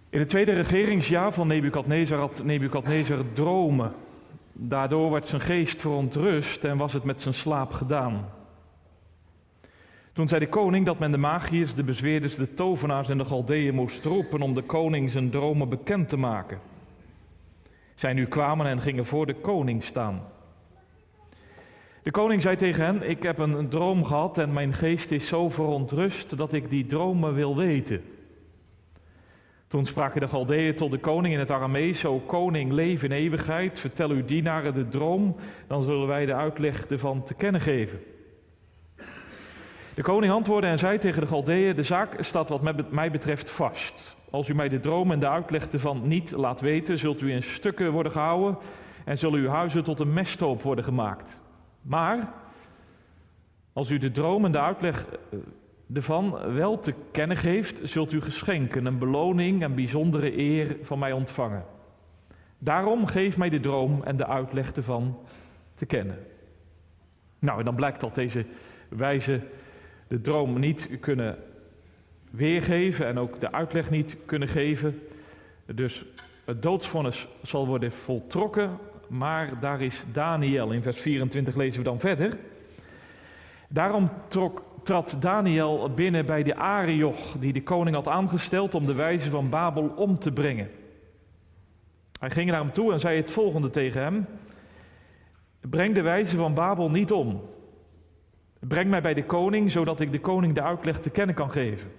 In het tweede regeringsjaar van Nebukadnezar had Nebukadnezar dromen. Daardoor werd zijn geest verontrust en was het met zijn slaap gedaan. Toen zei de koning dat men de magiërs, de bezweerders, de tovenaars en de Galdeeën moest roepen om de koning zijn dromen bekend te maken. Zij nu kwamen en gingen voor de koning staan. De koning zei tegen hen: ik heb een droom gehad en mijn geest is zo verontrust dat ik die dromen wil weten. Toen spraken de Galdeeën tot de koning in het Aramees: O koning, leef in eeuwigheid, vertel uw dienaren de droom, dan zullen wij de uitleg ervan te kennen geven. De koning antwoordde en zei tegen de Galdeeën: de zaak staat wat mij betreft vast. Als u mij de droom en de uitleg ervan niet laat weten, zult u in stukken worden gehouden en zullen uw huizen tot een mesthoop worden gemaakt. Maar als u de droom en de uitleg ervan wel te kennen geeft, zult u geschenken, een beloning en bijzondere eer van mij ontvangen. Daarom geef mij de droom en de uitleg ervan te kennen. Nou, en dan blijkt dat deze wijzen de droom niet kunnen weergeven en ook de uitleg niet kunnen geven. Dus het doodsvonnis zal worden voltrokken, maar daar is Daniel. In vers 24 lezen we dan verder. Daarom trad Daniel binnen bij de Arioch, die de koning had aangesteld om de wijzen van Babel om te brengen. Hij ging naar hem toe en zei het volgende tegen hem: breng de wijzen van Babel niet om. Breng mij bij de koning, zodat ik de koning de uitleg te kennen kan geven.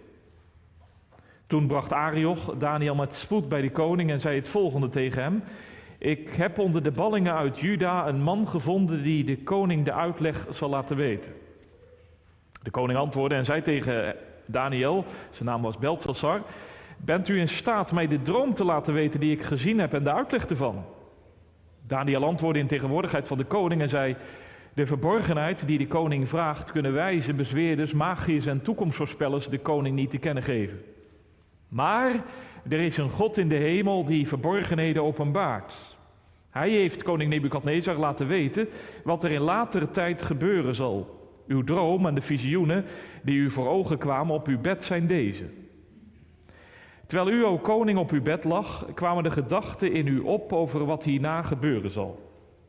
Toen bracht Arioch Daniel met spoed bij de koning en zei het volgende tegen hem: ik heb onder de ballingen uit Juda een man gevonden die de koning de uitleg zal laten weten. De koning antwoordde en zei tegen Daniel, zijn naam was Beltsassar: bent u in staat mij de droom te laten weten die ik gezien heb en de uitleg ervan? Daniel antwoordde in tegenwoordigheid van de koning en zei: de verborgenheid die de koning vraagt, kunnen wijzen, bezweerders, magiërs en toekomstvoorspellers de koning niet te kennen geven. Maar er is een God in de hemel die verborgenheden openbaart. Hij heeft koning Nebukadnezar laten weten wat er in latere tijd gebeuren zal. Uw droom en de visioenen die u voor ogen kwamen op uw bed zijn deze. Terwijl u, o koning, op uw bed lag, kwamen de gedachten in u op over wat hierna gebeuren zal.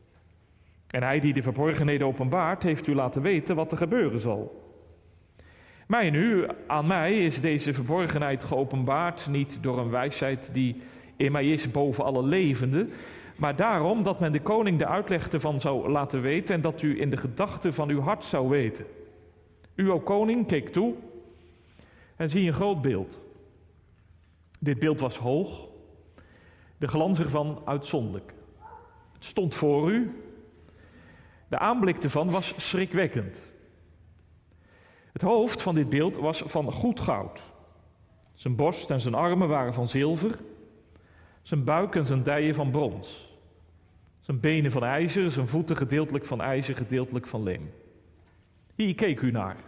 En hij die de verborgenheden openbaart, heeft u laten weten wat er gebeuren zal. Mij nu, aan mij is deze verborgenheid geopenbaard, niet door een wijsheid die in mij is boven alle levenden, maar daarom dat men de koning de uitleg ervan zou laten weten en dat u in de gedachten van uw hart zou weten. U, o koning, keek toe en zie een groot beeld. Dit beeld was hoog, de glans ervan uitzonderlijk. Het stond voor u. De aanblik ervan was schrikwekkend. Het hoofd van dit beeld was van goed goud. Zijn borst en zijn armen waren van zilver. Zijn buik en zijn dijen van brons. Zijn benen van ijzer, zijn voeten gedeeltelijk van ijzer, gedeeltelijk van leem. Hier keek u naar.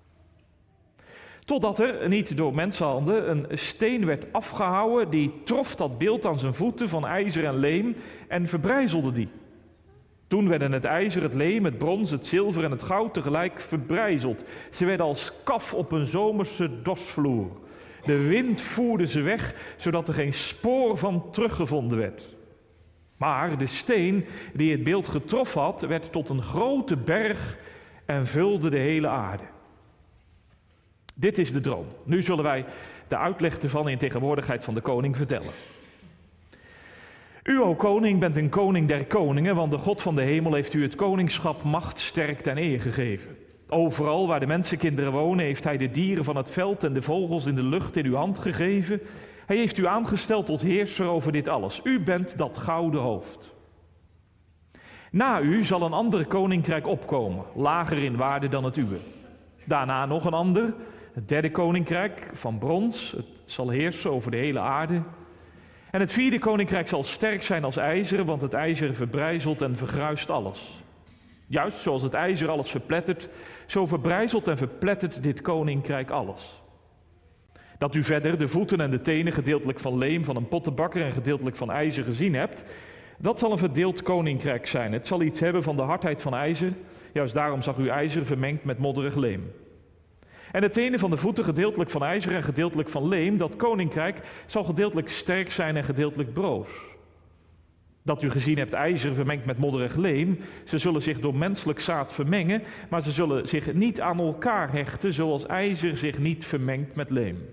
Totdat er, niet door mensenhanden, een steen werd afgehouwen die trof dat beeld aan zijn voeten van ijzer en leem en verbrijzelde die. Toen werden het ijzer, het leem, het brons, het zilver en het goud tegelijk verbrijzeld. Ze werden als kaf op een zomerse dosvloer. De wind voerde ze weg, zodat er geen spoor van teruggevonden werd. Maar de steen die het beeld getroffen had, werd tot een grote berg en vulde de hele aarde. Dit is de droom. Nu zullen wij de uitleg ervan in tegenwoordigheid van de koning vertellen. U, o koning, bent een koning der koningen, want de God van de hemel heeft u het koningschap, macht, sterkte en eer gegeven. Overal waar de mensenkinderen wonen, heeft hij de dieren van het veld en de vogels in de lucht in uw hand gegeven. Hij heeft u aangesteld tot heerser over dit alles. U bent dat gouden hoofd. Na u zal een ander koninkrijk opkomen, lager in waarde dan het uwe. Daarna nog een ander, het derde koninkrijk van brons. Het zal heersen over de hele aarde. En het vierde koninkrijk zal sterk zijn als ijzer, want het ijzer verbrijzelt en vergruist alles. Juist zoals het ijzer alles verplettert, zo verbrijzelt en verplettert dit koninkrijk alles. Dat u verder de voeten en de tenen gedeeltelijk van leem van een pottenbakker en gedeeltelijk van ijzer gezien hebt, dat zal een verdeeld koninkrijk zijn. Het zal iets hebben van de hardheid van ijzer, juist daarom zag u ijzer vermengd met modderig leem. En het ene van de voeten, gedeeltelijk van ijzer en gedeeltelijk van leem, dat koninkrijk, zal gedeeltelijk sterk zijn en gedeeltelijk broos. Dat u gezien hebt ijzer vermengd met modderig leem, ze zullen zich door menselijk zaad vermengen, maar ze zullen zich niet aan elkaar hechten, zoals ijzer zich niet vermengt met leem.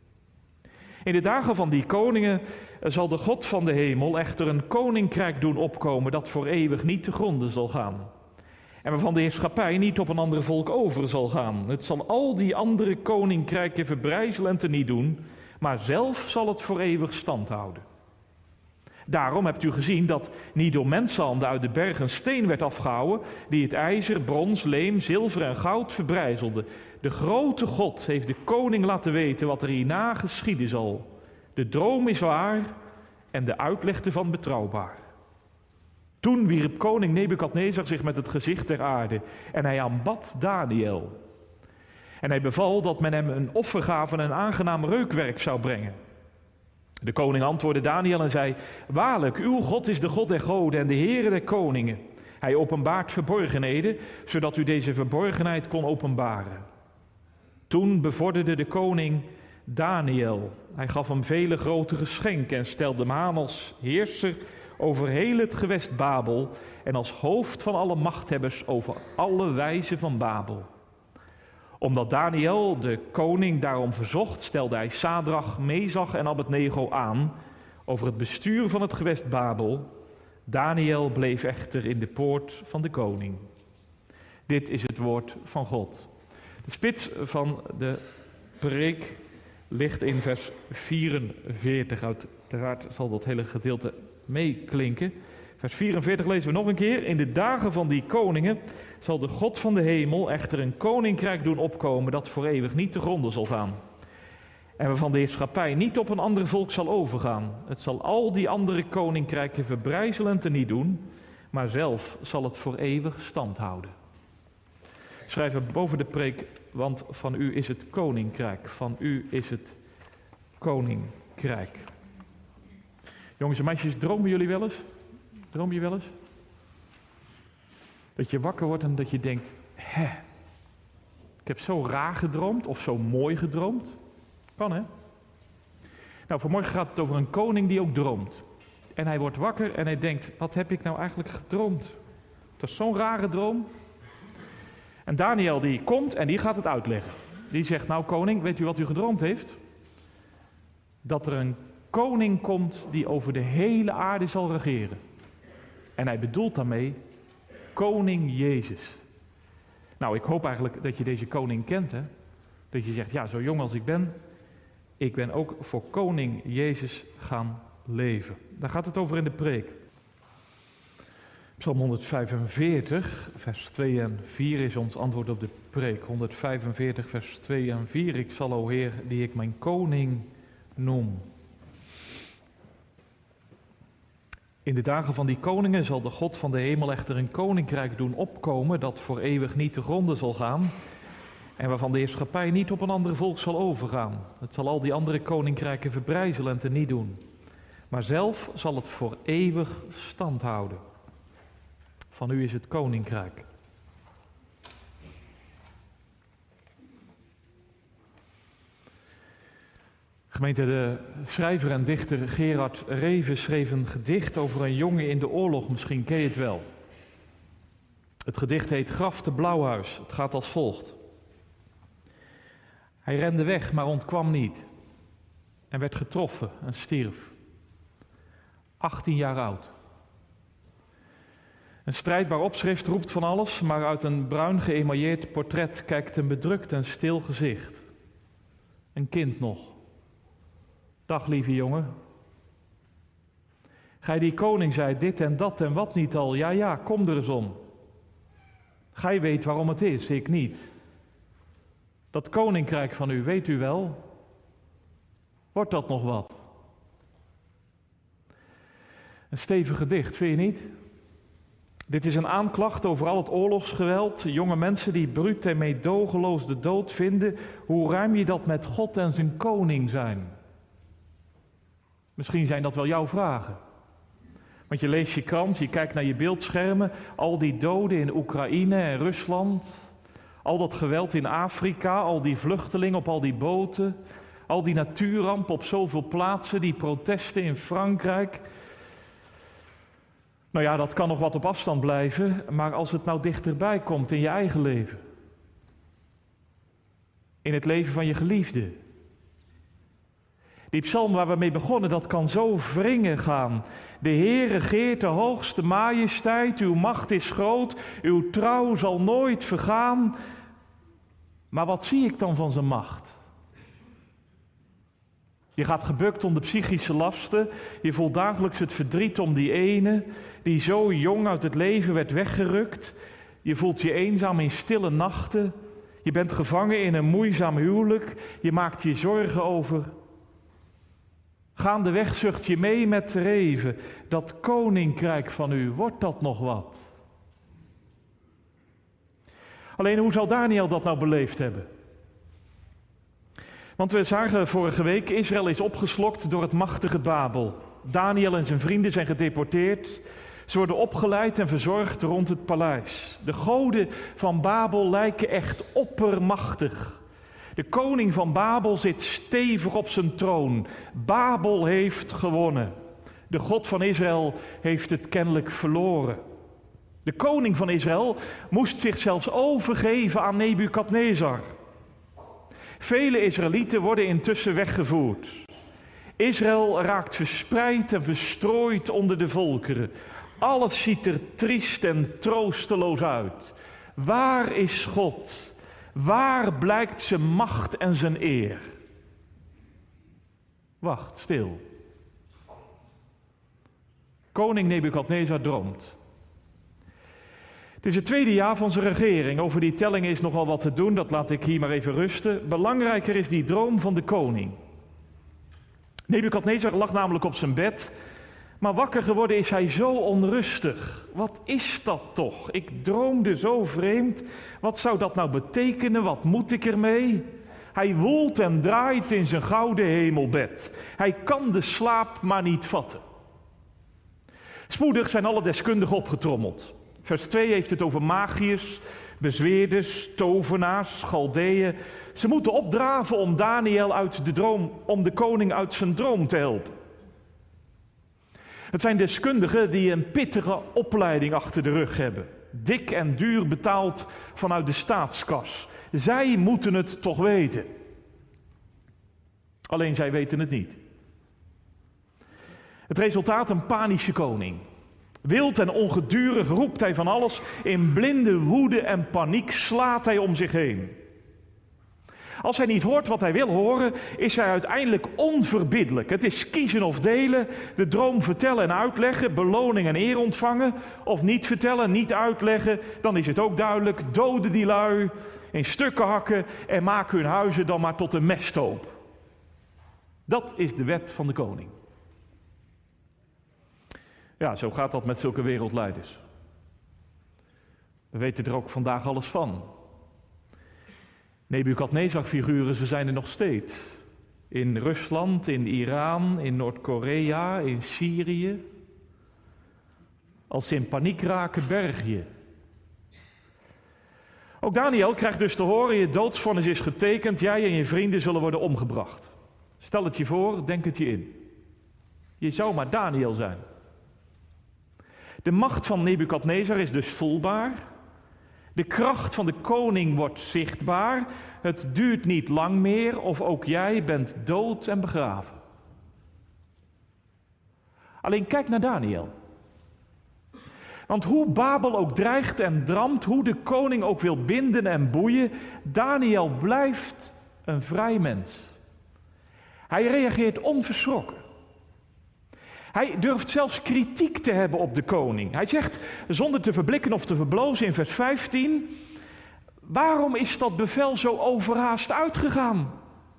In de dagen van die koningen zal de God van de hemel echter een koninkrijk doen opkomen dat voor eeuwig niet te gronde zal gaan. En waarvan de heerschappij niet op een ander volk over zal gaan. Het zal al die andere koninkrijken verbrijzelen en teniet doen, maar zelf zal het voor eeuwig stand houden. Daarom hebt u gezien dat niet door mensenhanden uit de berg een steen werd afgehouwen, die het ijzer, brons, leem, zilver en goud verbrijzelde. De grote God heeft de koning laten weten wat er hierna geschieden zal. De droom is waar en de uitleg ervan betrouwbaar. Toen wierp koning Nebukadnezar zich met het gezicht ter aarde en hij aanbad Daniël. En hij beval dat men hem een offergave en een aangenaam reukwerk zou brengen. De koning antwoordde Daniël en zei: Waarlijk, uw God is de God der goden en de Heere der koningen. Hij openbaart verborgenheden, zodat u deze verborgenheid kon openbaren. Toen bevorderde de koning Daniël. Hij gaf hem vele grote geschenken en stelde hem aan als heerser over heel het gewest Babel en als hoofd van alle machthebbers over alle wijzen van Babel. Omdat Daniël de koning daarom verzocht, stelde hij Sadrach, Mesach en Abednego aan over het bestuur van het gewest Babel. Daniël bleef echter in de poort van de koning. Dit is het woord van God. De spits van de preek ligt in vers 44. Uiteraard zal dat hele gedeelte meeklinken. Vers 44 lezen we nog een keer. In de dagen van die koningen zal de God van de hemel echter een koninkrijk doen opkomen dat voor eeuwig niet te gronde zal gaan. En waarvan de heerschappij niet op een ander volk zal overgaan. Het zal al die andere koninkrijken verbrijzelen en teniet doen, maar zelf zal het voor eeuwig stand houden. Schrijven boven de preek, want van u is het koninkrijk. Van u is het koninkrijk. Jongens en meisjes, dromen jullie wel eens? Droom je wel eens? Dat je wakker wordt en dat je denkt, ik heb zo raar gedroomd of zo mooi gedroomd. Kan hè? Nou, vanmorgen gaat het over een koning die ook droomt. En hij wordt wakker en hij denkt, wat heb ik nou eigenlijk gedroomd? Dat is zo'n rare droom. En Daniël die komt en die gaat het uitleggen. Die zegt, nou koning, weet u wat u gedroomd heeft? Dat er een koning komt die over de hele aarde zal regeren. En hij bedoelt daarmee koning Jezus. Nou, ik hoop eigenlijk dat je deze koning kent, hè? Dat je zegt, ja, zo jong als ik ben ook voor koning Jezus gaan leven. Daar gaat het over in de preek. Psalm 145, vers 2 en 4 is ons antwoord op de preek. 145, vers 2 en 4. Ik zal, o Heer, die ik mijn koning noem. In de dagen van die koningen zal de God van de hemel echter een koninkrijk doen opkomen dat voor eeuwig niet te gronde zal gaan en waarvan de heerschappij niet op een ander volk zal overgaan. Het zal al die andere koninkrijken verbrijzelen en teniet doen, maar zelf zal het voor eeuwig stand houden. Van u is het koninkrijk. Gemeente, de schrijver en dichter Gerard Reven schreef een gedicht over een jongen in de oorlog. Misschien ken je het wel. Het gedicht heet Graf te Blauwhuis. Het gaat als volgt. Hij rende weg, maar ontkwam niet. En werd getroffen en stierf. 18 jaar oud. Een strijdbaar opschrift roept van alles, maar uit een bruin geëmailleerd portret kijkt een bedrukt en stil gezicht. Een kind nog. Dag lieve jongen. Gij die koning zei dit en dat en wat niet al, ja, kom er eens om. Gij weet waarom het is, ik niet. Dat koninkrijk van u, weet u wel? Wordt dat nog wat? Een stevig gedicht, vind je niet? Dit is een aanklacht over al het oorlogsgeweld, jonge mensen die bruut en meedogenloos de dood vinden. Hoe ruim je dat met God en zijn koning zijn? Misschien zijn dat wel jouw vragen. Want je leest je krant, je kijkt naar je beeldschermen, al die doden in Oekraïne en Rusland, Al dat geweld in Afrika, al die vluchtelingen op al die boten, al die natuurrampen op zoveel plaatsen, die protesten in Frankrijk. Nou ja, dat kan nog wat op afstand blijven, maar als het nou dichterbij komt in je eigen leven. In het leven van je geliefde. Die psalm waar we mee begonnen, dat kan zo wringen gaan. De Heer regeert de hoogste majesteit, uw macht is groot, uw trouw zal nooit vergaan. Maar wat zie ik dan van zijn macht? Je gaat gebukt onder psychische lasten, je voelt dagelijks het verdriet om die ene die zo jong uit het leven werd weggerukt. Je voelt je eenzaam in stille nachten, je bent gevangen in een moeizaam huwelijk, je maakt je zorgen over. Gaandeweg zucht je mee met de reven, dat koninkrijk van u, wordt dat nog wat? Alleen hoe zal Daniel dat nou beleefd hebben? Want we zagen vorige week, Israël is opgeslokt door het machtige Babel. Daniel en zijn vrienden zijn gedeporteerd. Ze worden opgeleid en verzorgd rond het paleis. De goden van Babel lijken echt oppermachtig. De koning van Babel zit stevig op zijn troon. Babel heeft gewonnen. De God van Israël heeft het kennelijk verloren. De koning van Israël moest zich zelfs overgeven aan Nebukadnezar. Vele Israëlieten worden intussen weggevoerd. Israël raakt verspreid en verstrooid onder de volkeren. Alles ziet er triest en troosteloos uit. Waar is God? Waar blijkt zijn macht en zijn eer? Wacht, stil. Koning Nebukadnezar droomt. Het is het tweede jaar van zijn regering. Over die telling is nogal wat te doen, dat laat ik hier maar even rusten. Belangrijker is die droom van de koning. Nebukadnezar lag namelijk op zijn bed, maar wakker geworden is hij zo onrustig. Wat is dat toch? Ik droomde zo vreemd. Wat zou dat nou betekenen? Wat moet ik ermee? Hij woelt en draait in zijn gouden hemelbed. Hij kan de slaap maar niet vatten. Spoedig zijn alle deskundigen opgetrommeld. Vers 2 heeft het over magiërs, bezweerders, tovenaars, Galdeeën. Ze moeten opdraven om Daniel uit de droom, om de koning uit zijn droom te helpen. Het zijn deskundigen die een pittige opleiding achter de rug hebben. Dik en duur betaald vanuit de staatskas. Zij moeten het toch weten. Alleen zij weten het niet. Het resultaat: een panische koning. Wild en ongedurig roept hij van alles. In blinde woede en paniek slaat hij om zich heen. Als hij niet hoort wat hij wil horen, is hij uiteindelijk onverbiddelijk. Het is kiezen of delen, de droom vertellen en uitleggen, beloning en eer ontvangen. Of niet vertellen, niet uitleggen, dan is het ook duidelijk. Doden die lui, in stukken hakken en maken hun huizen dan maar tot een mesthoop. Dat is de wet van de koning. Ja, zo gaat dat met zulke wereldleiders. We weten er ook vandaag alles van. Nebukadnezar-figuren, ze zijn er nog steeds. In Rusland, in Iran, in Noord-Korea, in Syrië. Als ze in paniek raken, berg je. Ook Daniel krijgt dus te horen: je doodsvonnis is getekend, jij en je vrienden zullen worden omgebracht. Stel het je voor, denk het je in. Je zou maar Daniel zijn. De macht van Nebukadnezar is dus voelbaar. De kracht van de koning wordt zichtbaar. Het duurt niet lang meer of ook jij bent dood en begraven. Alleen kijk naar Daniel. Want hoe Babel ook dreigt en dramt, hoe de koning ook wil binden en boeien, Daniel blijft een vrij mens. Hij reageert onverschrokken. Hij durft zelfs kritiek te hebben op de koning. Hij zegt, zonder te verblikken of te verblozen in vers 15... waarom is dat bevel zo overhaast uitgegaan?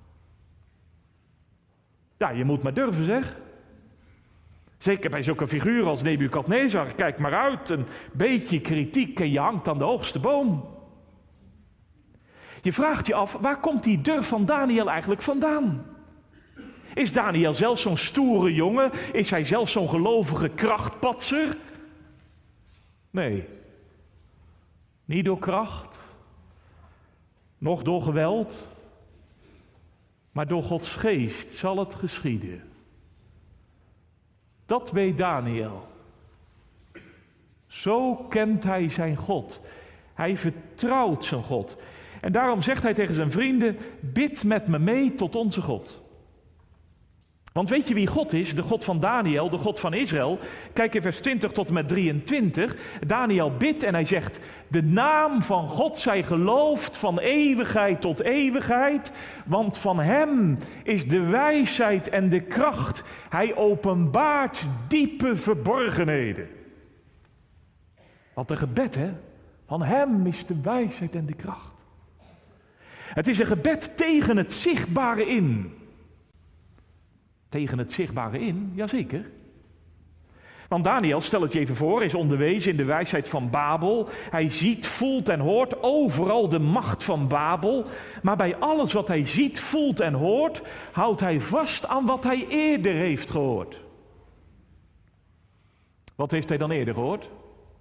Ja, je moet maar durven, zeg. Zeker bij zulke figuren als Nebukadnezar. Kijk maar uit, een beetje kritiek en je hangt aan de hoogste boom. Je vraagt je af, waar komt die durf van Daniel eigenlijk vandaan? Is Daniel zelf zo'n stoere jongen? Is hij zelf zo'n gelovige krachtpatser? Nee, niet door kracht, noch door geweld, maar door Gods geest zal het geschieden. Dat weet Daniel. Zo kent hij zijn God. Hij vertrouwt zijn God. En daarom zegt hij tegen zijn vrienden, bid met me mee tot onze God. Want weet je wie God is? De God van Daniel, de God van Israël. Kijk in vers 20 tot en met 23. Daniel bidt en hij zegt, de naam van God zij geloofd van eeuwigheid tot eeuwigheid. Want van hem is de wijsheid en de kracht. Hij openbaart diepe verborgenheden. Wat een gebed, hè? Van hem is de wijsheid en de kracht. Het is een gebed tegen het zichtbare in. Tegen het zichtbare in, jazeker. Want Daniel, stel het je even voor, is onderwezen in de wijsheid van Babel. Hij ziet, voelt en hoort overal de macht van Babel. Maar bij alles wat hij ziet, voelt en hoort, houdt hij vast aan wat hij eerder heeft gehoord. Wat heeft hij dan eerder gehoord?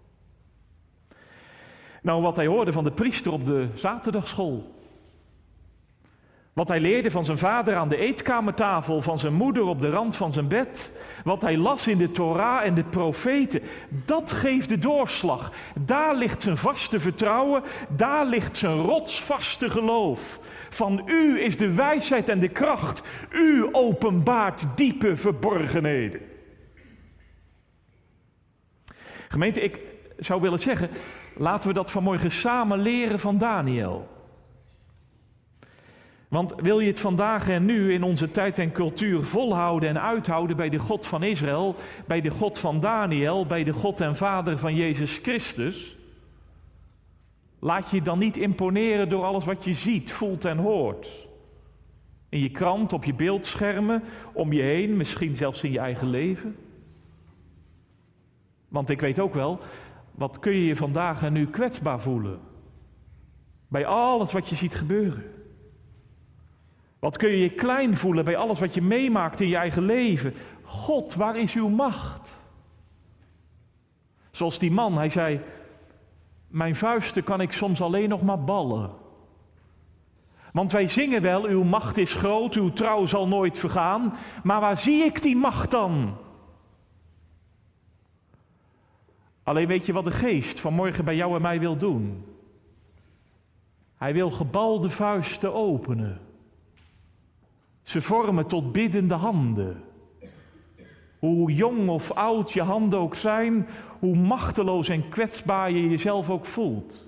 Nou, wat hij hoorde van de priester op de zaterdagschool. Wat hij leerde van zijn vader aan de eetkamertafel, van zijn moeder op de rand van zijn bed. Wat hij las in de Torah en de profeten. Dat geeft de doorslag. Daar ligt zijn vaste vertrouwen. Daar ligt zijn rotsvaste geloof. Van u is de wijsheid en de kracht. U openbaart diepe verborgenheden. Gemeente, ik zou willen zeggen, laten we dat vanmorgen samen leren van Daniel. Want wil je het vandaag en nu in onze tijd en cultuur volhouden en uithouden bij de God van Israël, bij de God van Daniel, bij de God en Vader van Jezus Christus, laat je dan niet imponeren door alles wat je ziet, voelt en hoort. In je krant, op je beeldschermen, om je heen, misschien zelfs in je eigen leven. Want ik weet ook wel, wat kun je je vandaag en nu kwetsbaar voelen? Bij alles wat je ziet gebeuren. Wat kun je je klein voelen bij alles wat je meemaakt in je eigen leven? God, waar is uw macht? Zoals die man, hij zei, mijn vuisten kan ik soms alleen nog maar ballen. Want wij zingen wel, uw macht is groot, uw trouw zal nooit vergaan. Maar waar zie ik die macht dan? Alleen weet je wat de geest vanmorgen bij jou en mij wil doen? Hij wil gebalde vuisten openen. Ze vormen tot biddende handen. Hoe jong of oud je handen ook zijn, hoe machteloos en kwetsbaar je jezelf ook voelt.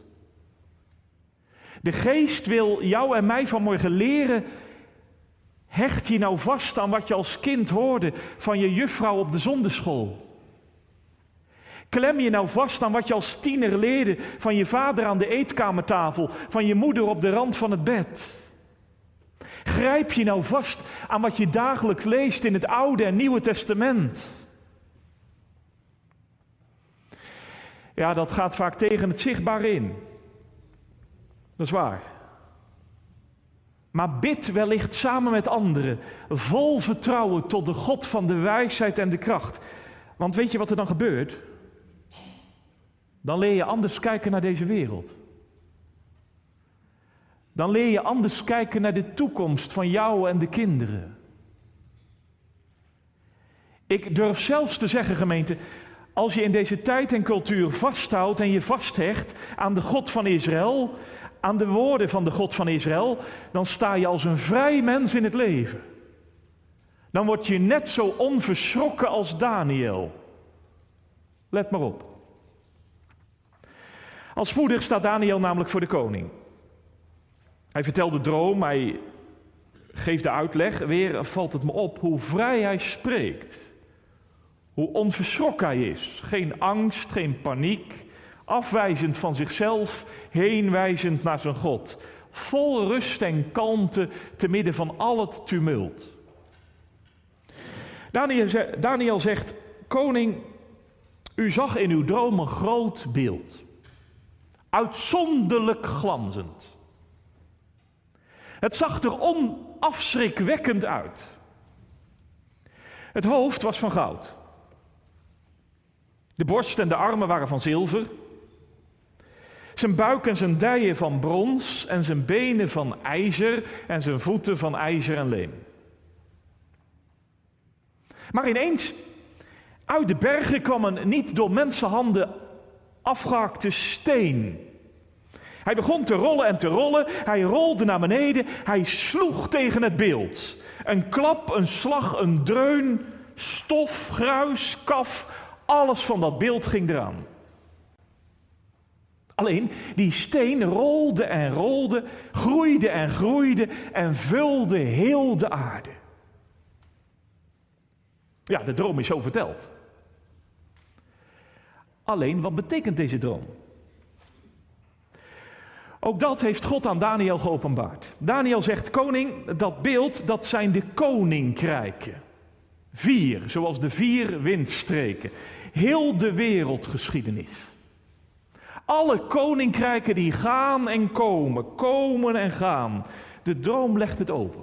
De geest wil jou en mij vanmorgen leren, hecht je nou vast aan wat je als kind hoorde van je juffrouw op de zonderschool. Klem je nou vast aan wat je als tiener leerde van je vader aan de eetkamertafel, van je moeder op de rand van het bed. Grijp je nou vast aan wat je dagelijks leest in het Oude en Nieuwe Testament. Ja, dat gaat vaak tegen het zichtbare in. Dat is waar. Maar bid wellicht samen met anderen, vol vertrouwen tot de God van de wijsheid en de kracht. Want weet je wat er dan gebeurt? Dan leer je anders kijken naar deze wereld. Dan leer je anders kijken naar de toekomst van jou en de kinderen. Ik durf zelfs te zeggen, gemeente, als je in deze tijd en cultuur vasthoudt en je vasthecht aan de God van Israël, aan de woorden van de God van Israël, dan sta je als een vrij mens in het leven. Dan word je net zo onverschrokken als Daniel. Let maar op. Al spoedig staat Daniel namelijk voor de koning. Hij vertelt de droom, hij geeft de uitleg. Weer valt het me op hoe vrij hij spreekt. Hoe onverschrokken hij is. Geen angst, geen paniek. Afwijzend van zichzelf, heenwijzend naar zijn God. Vol rust en kalmte te midden van al het tumult. Daniel zegt, koning, u zag in uw droom een groot beeld. Uitzonderlijk glanzend. Het zag er onafschrikwekkend uit. Het hoofd was van goud. De borst en de armen waren van zilver. Zijn buik en zijn dijen van brons en zijn benen van ijzer en zijn voeten van ijzer en leem. Maar ineens, uit de bergen kwam een niet door mensenhanden afgehakte steen. Hij begon te rollen en te rollen, hij rolde naar beneden, hij sloeg tegen het beeld. Een klap, een slag, een dreun, stof, gruis, kaf, alles van dat beeld ging eraan. Alleen, die steen rolde en rolde, groeide en groeide en vulde heel de aarde. Ja, de droom is zo verteld. Alleen, wat betekent deze droom? Ook dat heeft God aan Daniel geopenbaard. Daniel zegt, koning, dat beeld, dat zijn de koninkrijken. 4, zoals de 4 windstreken. Heel de wereldgeschiedenis. Alle koninkrijken die gaan en komen, komen en gaan. De droom legt het open.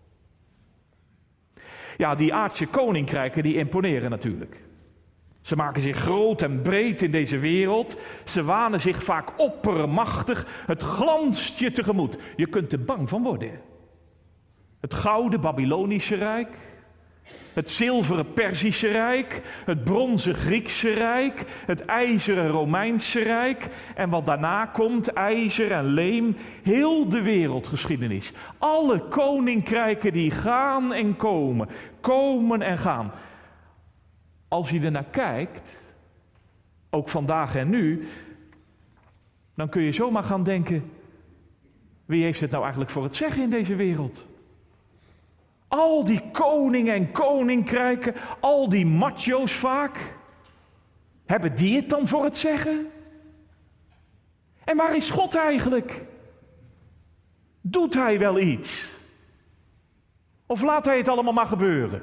Ja, die aardse koninkrijken die imponeren natuurlijk. Ze maken zich groot en breed in deze wereld. Ze wanen zich vaak oppermachtig. Het glanst je tegemoet. Je kunt er bang van worden. Het gouden Babylonische Rijk. Het zilveren Perzische Rijk. Het bronzen Griekse Rijk. Het ijzeren Romeinse Rijk. En wat daarna komt, ijzer en leem. Heel de wereldgeschiedenis. Alle koninkrijken die gaan en komen. Komen en gaan. Als je er naar kijkt, ook vandaag en nu, dan kun je zomaar gaan denken, wie heeft het nou eigenlijk voor het zeggen in deze wereld? Al die koningen en koninkrijken, al die macho's vaak, hebben die het dan voor het zeggen? En waar is God eigenlijk? Doet hij wel iets? Of laat hij het allemaal maar gebeuren?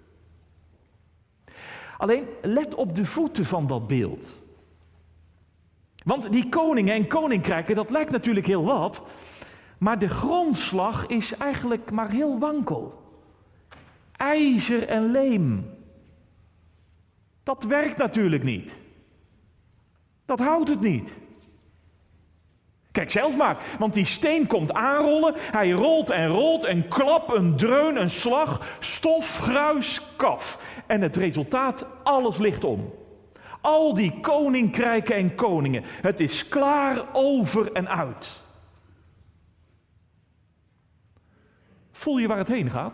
Alleen, let op de voeten van dat beeld. Want die koningen en koninkrijken, dat lijkt natuurlijk heel wat, maar de grondslag is eigenlijk maar heel wankel. IJzer en leem. Dat werkt natuurlijk niet. Dat houdt het niet. Kijk zelf maar, want die steen komt aanrollen, hij rolt en rolt, een klap, een dreun, een slag, stof, gruis, kaf. En het resultaat, alles ligt om. Al die koninkrijken en koningen, het is klaar, over en uit. Voel je waar het heen gaat?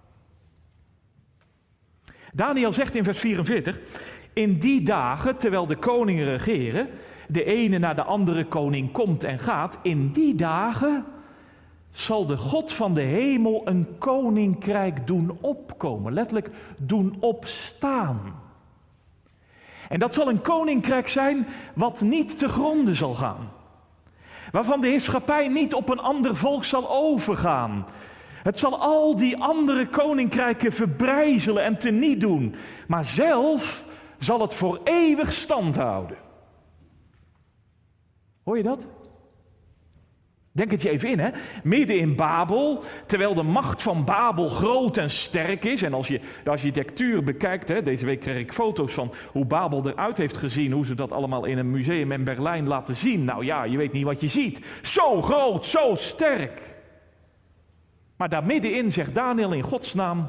Daniel zegt in vers 44, in die dagen, terwijl de koningen regeren, de ene na de andere koning komt en gaat, in die dagen zal de God van de hemel een koninkrijk doen opkomen. Letterlijk doen opstaan. En dat zal een koninkrijk zijn wat niet te gronde zal gaan. Waarvan de heerschappij niet op een ander volk zal overgaan. Het zal al die andere koninkrijken verbrijzelen en teniet doen. Maar zelf zal het voor eeuwig stand houden. Hoor je dat? Denk het je even in, hè? Midden in Babel, terwijl de macht van Babel groot en sterk is. En als je de architectuur bekijkt, hè, deze week kreeg ik foto's van hoe Babel eruit heeft gezien. Hoe ze dat allemaal in een museum in Berlijn laten zien. Nou ja, je weet niet wat je ziet. Zo groot, zo sterk. Maar daar middenin zegt Daniel in Gods naam,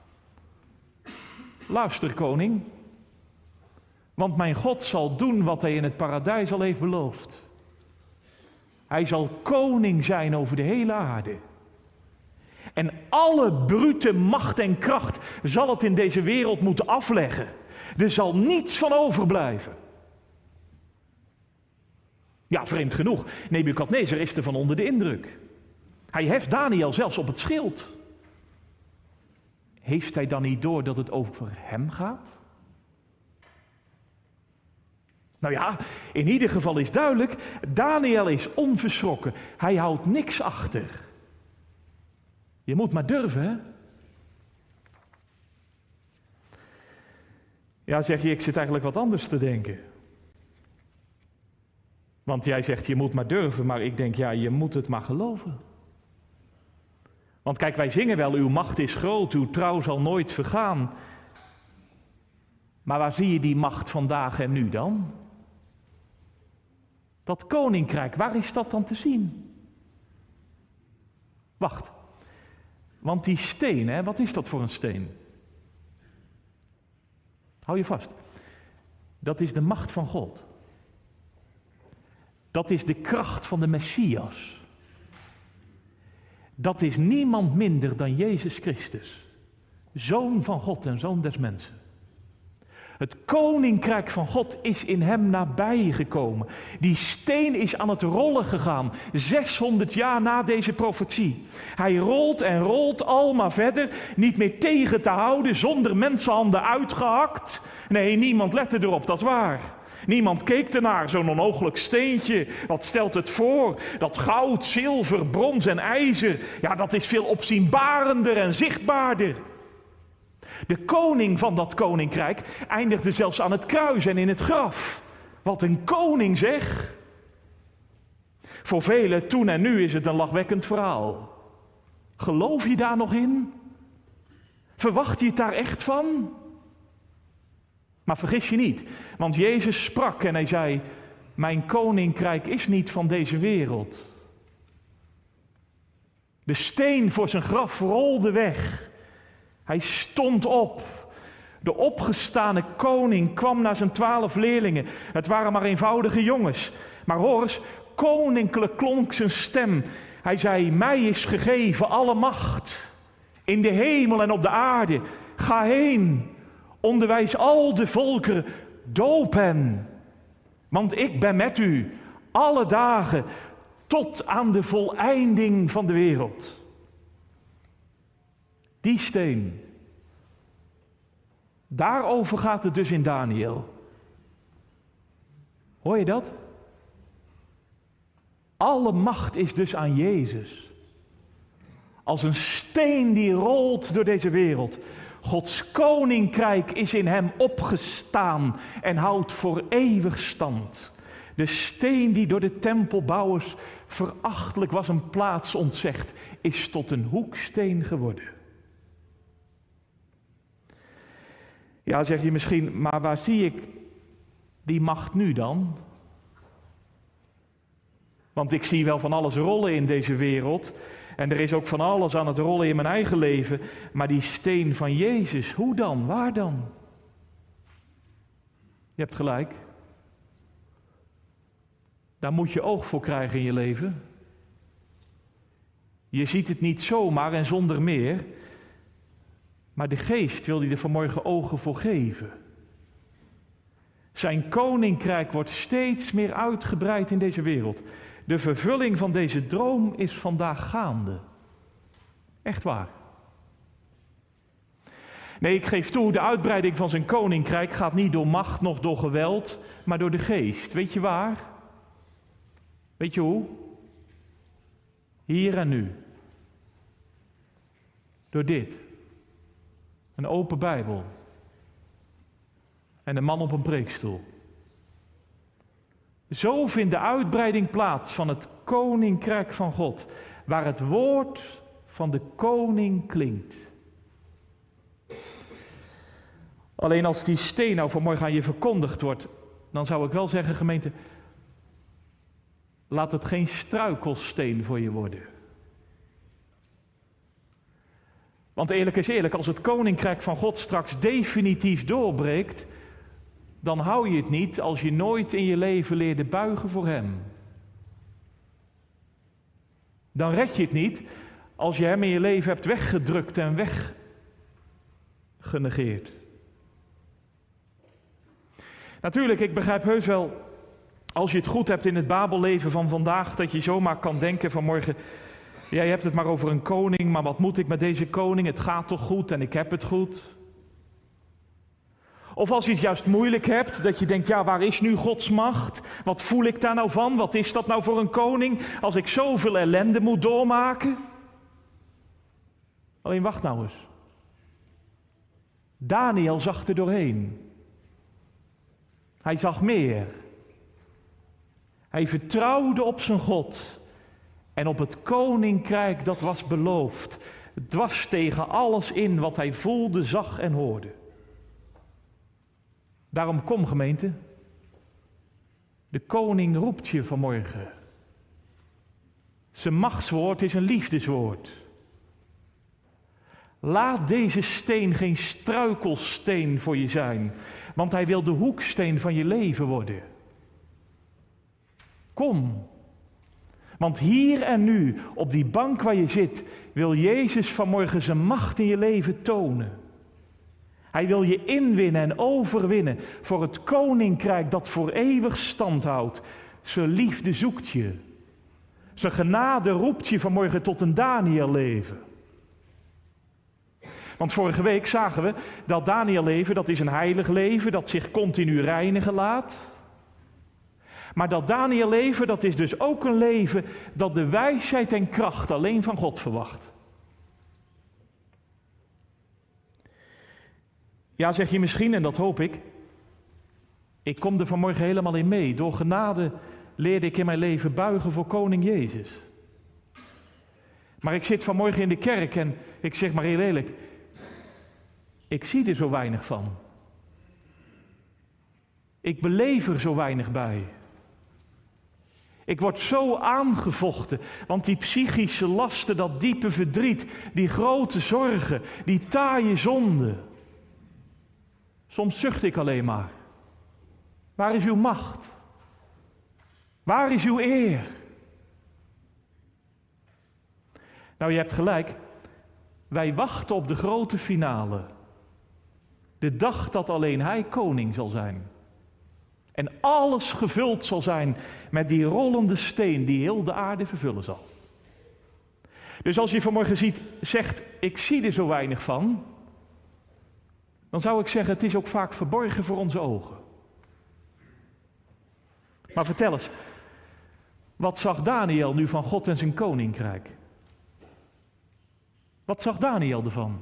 luister koning, want mijn God zal doen wat hij in het paradijs al heeft beloofd. Hij zal koning zijn over de hele aarde. En alle brute macht en kracht zal het in deze wereld moeten afleggen. Er zal niets van overblijven. Ja, vreemd genoeg, Nebukadnezar is er van onder de indruk. Hij heft Daniel zelfs op het schild. Heeft hij dan niet door dat het over hem gaat? Nou ja, in ieder geval is duidelijk, Daniel is onverschrokken. Hij houdt niks achter. Je moet maar durven, hè? Ja, zeg je, ik zit eigenlijk wat anders te denken. Want jij zegt, je moet maar durven, maar ik denk, ja, je moet het maar geloven. Want kijk, wij zingen wel, uw macht is groot, uw trouw zal nooit vergaan. Maar waar zie je die macht vandaag en nu dan? Dat koninkrijk, waar is dat dan te zien? Wacht, want die steen, hè, wat is dat voor een steen? Hou je vast. Dat is de macht van God. Dat is de kracht van de Messias. Dat is niemand minder dan Jezus Christus, Zoon van God en Zoon des mensen. Het koninkrijk van God is in hem nabijgekomen. Die steen is aan het rollen gegaan, 600 jaar na deze profetie. Hij rolt en rolt al maar verder, niet meer tegen te houden, zonder mensenhanden uitgehakt. Nee, niemand lette erop, dat is waar. Niemand keek ernaar, zo'n onogelijk steentje. Wat stelt het voor? Dat goud, zilver, brons en ijzer, ja, dat is veel opzienbarender en zichtbaarder. De koning van dat koninkrijk eindigde zelfs aan het kruis en in het graf. Wat een koning zeg! Voor velen toen en nu is het een lachwekkend verhaal. Geloof je daar nog in? Verwacht je het daar echt van? Maar vergis je niet, want Jezus sprak en hij zei: mijn koninkrijk is niet van deze wereld. De steen voor zijn graf rolde weg. Hij stond op. De opgestane koning kwam naar zijn 12 leerlingen. Het waren maar eenvoudige jongens. Maar hoor eens, koninklijk klonk zijn stem. Hij zei: mij is gegeven alle macht. In de hemel en op de aarde. Ga heen. Onderwijs al de volkeren. Doop hen. Want ik ben met u. Alle dagen. Tot aan de voleinding van de wereld. Die steen. Daarover gaat het dus in Daniël. Hoor je dat? Alle macht is dus aan Jezus. Als een steen die rolt door deze wereld. Gods koninkrijk is in hem opgestaan en houdt voor eeuwig stand. De steen die door de tempelbouwers verachtelijk was een plaats ontzegd, is tot een hoeksteen geworden. Ja, zeg je misschien, maar waar zie ik die macht nu dan? Want ik zie wel van alles rollen in deze wereld. En er is ook van alles aan het rollen in mijn eigen leven. Maar die steen van Jezus, hoe dan? Waar dan? Je hebt gelijk. Daar moet je oog voor krijgen in je leven. Je ziet het niet zomaar en zonder meer. Maar de Geest wil je er vanmorgen ogen voor geven. Zijn koninkrijk wordt steeds meer uitgebreid in deze wereld. De vervulling van deze droom is vandaag gaande. Echt waar. Nee, ik geef toe, de uitbreiding van zijn koninkrijk gaat niet door macht, noch door geweld, maar door de Geest. Weet je waar? Weet je hoe? Hier en nu. Door dit. Een open Bijbel. En een man op een preekstoel. Zo vindt de uitbreiding plaats van het koninkrijk van God, waar het woord van de koning klinkt. Alleen als die steen nou vanmorgen aan je verkondigd wordt, dan zou ik wel zeggen, gemeente, laat het geen struikelsteen voor je worden. Want eerlijk is eerlijk, als het koninkrijk van God straks definitief doorbreekt, dan hou je het niet als je nooit in je leven leerde buigen voor hem. Dan red je het niet als je hem in je leven hebt weggedrukt en weggenegeerd. Natuurlijk, ik begrijp heus wel, als je het goed hebt in het Babelleven van vandaag, dat je zomaar kan denken vanmorgen, ja, je hebt het maar over een koning, maar wat moet ik met deze koning? Het gaat toch goed en ik heb het goed. Of als je het juist moeilijk hebt, dat je denkt, ja, waar is nu Gods macht? Wat voel ik daar nou van? Wat is dat nou voor een koning, als ik zoveel ellende moet doormaken? Alleen wacht nou eens. Daniël zag er doorheen. Hij zag meer. Hij vertrouwde op zijn God en op het koninkrijk dat was beloofd. Dwars tegen alles in wat hij voelde, zag en hoorde. Daarom kom gemeente. De koning roept je vanmorgen. Zijn machtswoord is een liefdeswoord. Laat deze steen geen struikelsteen voor je zijn, want hij wil de hoeksteen van je leven worden. Kom, want hier en nu, op die bank waar je zit, wil Jezus vanmorgen zijn macht in je leven tonen. Hij wil je inwinnen en overwinnen voor het koninkrijk dat voor eeuwig stand houdt. Zijn liefde zoekt je. Zijn genade roept je vanmorgen tot een Daniël-leven. Want vorige week zagen we dat Daniël-leven, dat is een heilig leven dat zich continu reinigen laat. Maar dat Daniël-leven, dat is dus ook een leven dat de wijsheid en kracht alleen van God verwacht. Ja, zeg je misschien, en dat hoop ik kom er vanmorgen helemaal in mee. Door genade leerde ik in mijn leven buigen voor koning Jezus. Maar ik zit vanmorgen in de kerk en ik zeg maar heel eerlijk, ik zie er zo weinig van. Ik beleef er zo weinig bij. Ik word zo aangevochten, want die psychische lasten, dat diepe verdriet, die grote zorgen, die taaie zonde. Soms zucht ik alleen maar. Waar is uw macht? Waar is uw eer? Nou, je hebt gelijk. Wij wachten op de grote finale. De dag dat alleen Hij koning zal zijn. En alles gevuld zal zijn met die rollende steen die heel de aarde vervullen zal. Dus als je vanmorgen zegt, ik zie er zo weinig van, dan zou ik zeggen, het is ook vaak verborgen voor onze ogen. Maar vertel eens, wat zag Daniël nu van God en zijn koninkrijk? Wat zag Daniël ervan?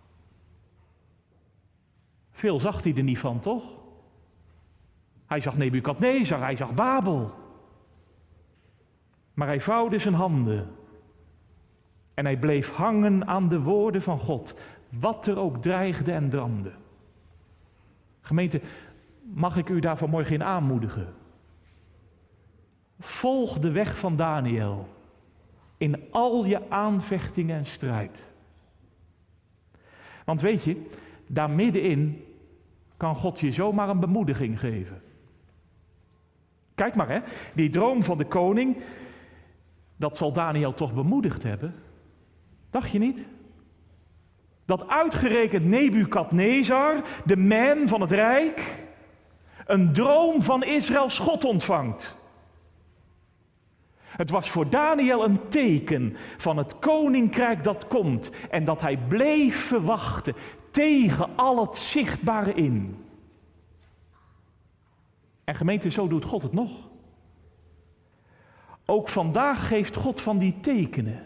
Veel zag hij er niet van, toch? Hij zag Nebukadnezar, hij zag Babel. Maar hij vouwde zijn handen. En hij bleef hangen aan de woorden van God, wat er ook dreigde en dramde. Gemeente, mag ik u daar vanmorgen in aanmoedigen? Volg de weg van Daniël in al je aanvechtingen en strijd. Want weet je, daar middenin kan God je zomaar een bemoediging geven. Kijk maar, hè, die droom van de koning, dat zal Daniël toch bemoedigd hebben? Dacht je niet? Dat uitgerekend Nebukadnezar, de man van het rijk, een droom van Israëls God ontvangt. Het was voor Daniël een teken van het koninkrijk dat komt en dat hij bleef verwachten tegen al het zichtbare in. En gemeente, zo doet God het nog. Ook vandaag geeft God van die tekenen.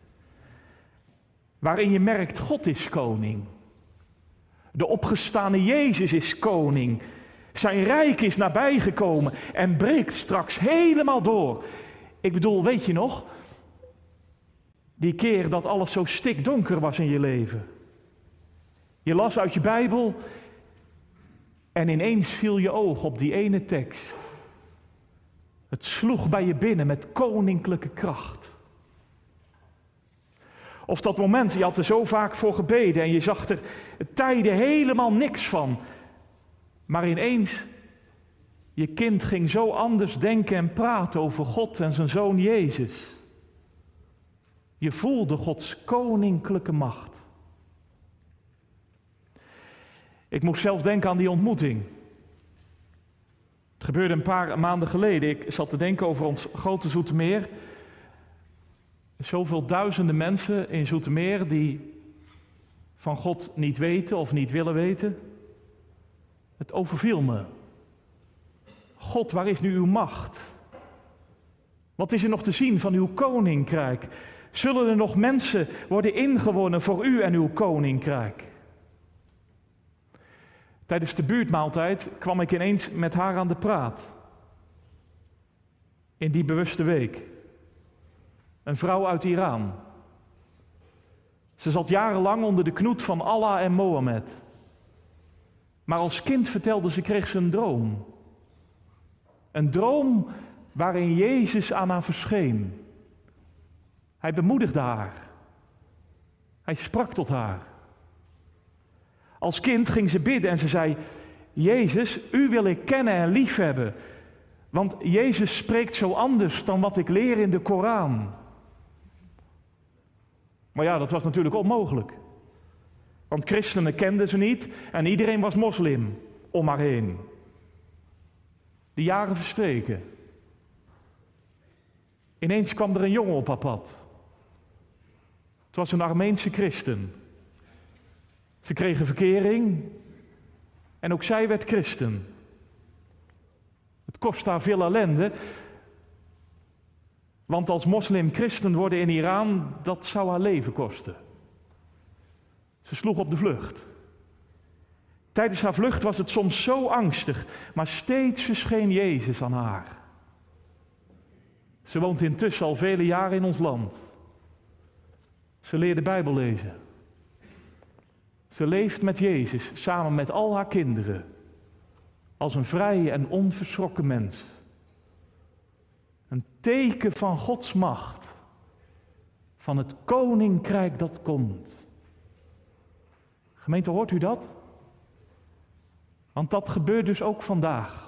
Waarin je merkt, God is koning. De opgestane Jezus is koning. Zijn rijk is nabijgekomen en breekt straks helemaal door. Ik bedoel, weet je nog? Die keer dat alles zo stikdonker was in je leven. Je las uit je Bijbel en ineens viel je oog op die ene tekst. Het sloeg bij je binnen met koninklijke kracht. Of dat moment, je had er zo vaak voor gebeden en je zag er tijden helemaal niks van. Maar ineens, je kind ging zo anders denken en praten over God en zijn zoon Jezus. Je voelde Gods koninklijke macht. Ik moest zelf denken aan die ontmoeting. Het gebeurde een paar maanden geleden. Ik zat te denken over ons grote Zoetermeer. Zoveel duizenden mensen in Zoetermeer die van God niet weten of niet willen weten. Het overviel me. God, waar is nu uw macht? Wat is er nog te zien van uw koninkrijk? Zullen er nog mensen worden ingewonnen voor u en uw koninkrijk? Tijdens de buurtmaaltijd kwam ik ineens met haar aan de praat. In die bewuste week. Een vrouw uit Iran. Ze zat jarenlang onder de knoet van Allah en Mohammed. Maar als kind vertelde ze, kreeg ze een droom. Een droom waarin Jezus aan haar verscheen. Hij bemoedigde haar. Hij sprak tot haar. Als kind ging ze bidden en ze zei: Jezus, u wil ik kennen en liefhebben. Want Jezus spreekt zo anders dan wat ik leer in de Koran. Maar ja, dat was natuurlijk onmogelijk. Want christenen kenden ze niet en iedereen was moslim om haar heen. De jaren verstreken. Ineens kwam er een jongen op haar pad. Het was een Armeense christen. Ze kregen verkering en ook zij werd christen. Het kost haar veel ellende, want als moslim christen worden in Iran, dat zou haar leven kosten. Ze sloeg op de vlucht. Tijdens haar vlucht was het soms zo angstig, maar steeds verscheen Jezus aan haar. Ze woont intussen al vele jaren in ons land. Ze leert de Bijbel lezen. Ze leeft met Jezus samen met al haar kinderen. Als een vrij en onverschrokken mens. Een teken van Gods macht. Van het koninkrijk dat komt. Gemeente, hoort u dat? Want dat gebeurt dus ook vandaag.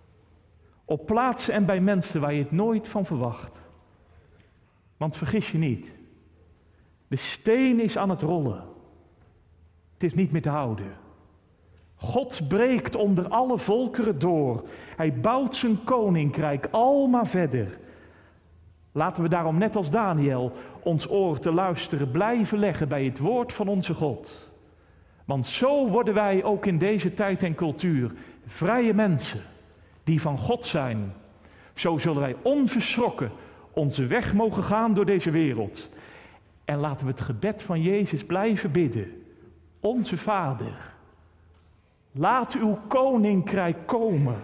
Op plaatsen en bij mensen waar je het nooit van verwacht. Want vergis je niet. De steen is aan het rollen. Het is niet meer te houden. God breekt onder alle volkeren door. Hij bouwt zijn koninkrijk al maar verder. Laten we daarom net als Daniel ons oor te luisteren blijven leggen bij het woord van onze God. Want zo worden wij ook in deze tijd en cultuur vrije mensen die van God zijn. Zo zullen wij onverschrokken onze weg mogen gaan door deze wereld. En laten we het gebed van Jezus blijven bidden. Onze Vader, laat uw koninkrijk komen.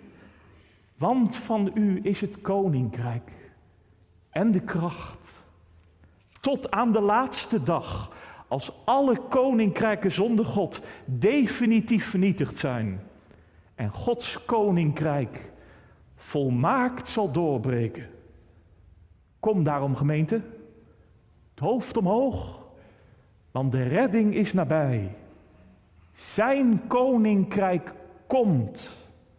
Want van u is het koninkrijk en de kracht. Tot aan de laatste dag, als alle koninkrijken zonder God definitief vernietigd zijn. En Gods koninkrijk volmaakt zal doorbreken. Kom daarom, gemeente, het hoofd omhoog, want de redding is nabij. Zijn koninkrijk komt.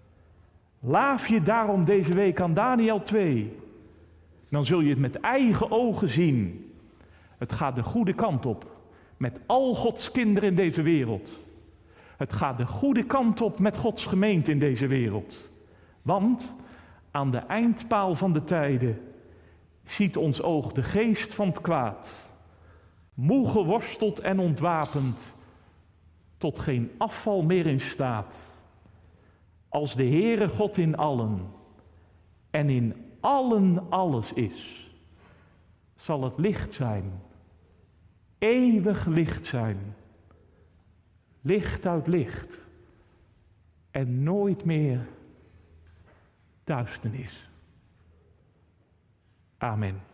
Laaf je daarom deze week aan Daniel 2. Dan zul je het met eigen ogen zien. Het gaat de goede kant op. Met al Gods kinderen in deze wereld. Het gaat de goede kant op met Gods gemeente in deze wereld. Want aan de eindpaal van de tijden ziet ons oog de geest van het kwaad. Moe geworsteld en ontwapend, tot geen afval meer in staat. Als de Heere God in allen en in allen alles is, zal het licht zijn, eeuwig licht zijn, licht uit licht en nooit meer duisternis. Amen.